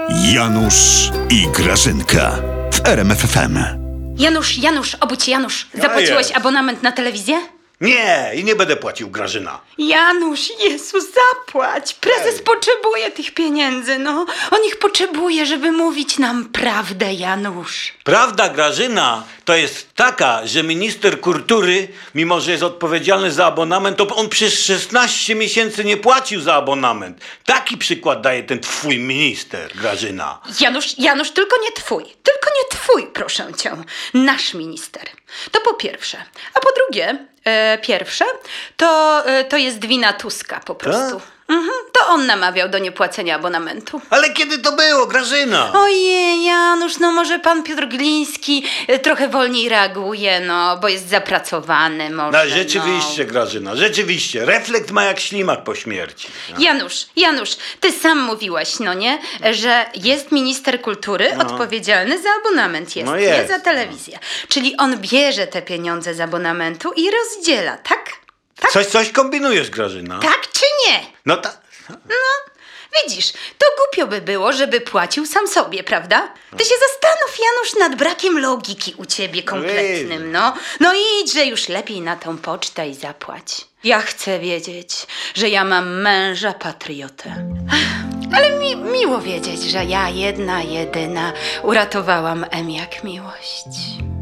Janusz i Grażynka w RMF FM. Janusz, obudź Janusz. Zapłaciłeś abonament na telewizję? Nie, i nie będę płacił, Grażyna. Janusz, Jezu, zapłać. Prezes potrzebuje tych pieniędzy, no. On ich potrzebuje, żeby mówić nam prawdę, Janusz. Prawda, Grażyna, to jest taka, że minister kultury, mimo że jest odpowiedzialny za abonament, to on przez 16 miesięcy nie płacił za abonament. Taki przykład daje ten twój minister, Grażyna. Janusz, tylko nie twój, proszę cię. Nasz minister. To po pierwsze. A po drugie, pierwsze, to jest wina Tuska po prostu. To on namawiał do niepłacenia abonamentu. Ale kiedy to było, Grażyna? Ojej, Janusz, no może pan Piotr Gliński trochę wolniej reaguje, no, bo jest zapracowany może. No, rzeczywiście, Grażyna, rzeczywiście. Reflekt ma jak ślimak po śmierci. No. Janusz, ty sam mówiłeś, no nie, że jest minister kultury odpowiedzialny za abonament, No nie jest. za telewizję. Czyli on bierze te pieniądze z abonamentu i rozdziela, tak? Coś kombinujesz, Grażyna? Tak czy nie? No tak. Widzisz, to głupio by było, żeby płacił sam sobie, prawda? Ty się zastanów, Janusz, nad brakiem logiki u ciebie kompletnym, no. No idźże już lepiej na tą pocztę i zapłać. Ja chcę wiedzieć, że ja mam męża patriotę. Ale miło wiedzieć, że ja jedyna uratowałam M jak miłość.